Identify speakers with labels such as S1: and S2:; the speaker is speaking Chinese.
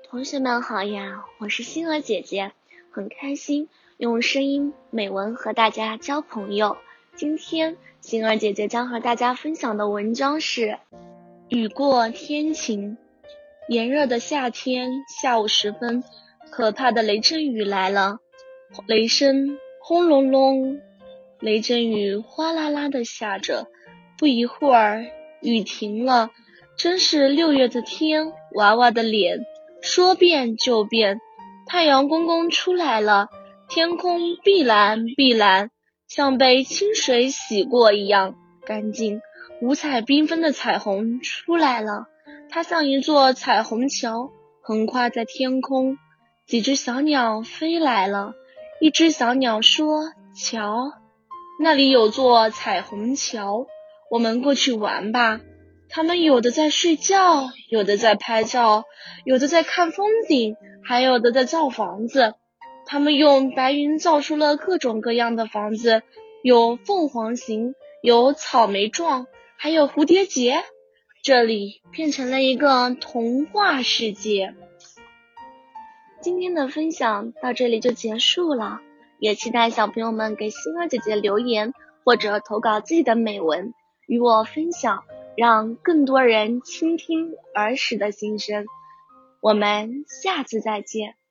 S1: 同学们好呀，我是星儿姐姐，很开心用声音美文和大家交朋友。今天星儿姐姐将和大家分享的文章是雨过天晴。炎热的夏天下午时分，可怕的雷阵雨来了，雷声轰隆隆，雷阵雨哗啦啦的下着，不一会儿雨停了，真是6月的天，娃娃的脸说变就变，太阳公公出来了，天空碧蓝碧蓝，像被清水洗过一样干净，五彩缤纷的彩虹出来了，它像一座彩虹桥，横跨在天空。几只小鸟飞来了，一只小鸟说：瞧，那里有座彩虹桥，我们过去玩吧。他们有的在睡觉，有的在拍照，有的在看风景，还有的在造房子。他们用白云造出了各种各样的房子，有凤凰形，有草莓状，还有蝴蝶结。这里变成了一个童话世界。今天的分享到这里就结束了，也期待小朋友们给星儿姐姐留言或者投稿自己的美文与我分享，让更多人倾听儿时的心声。我们下次再见。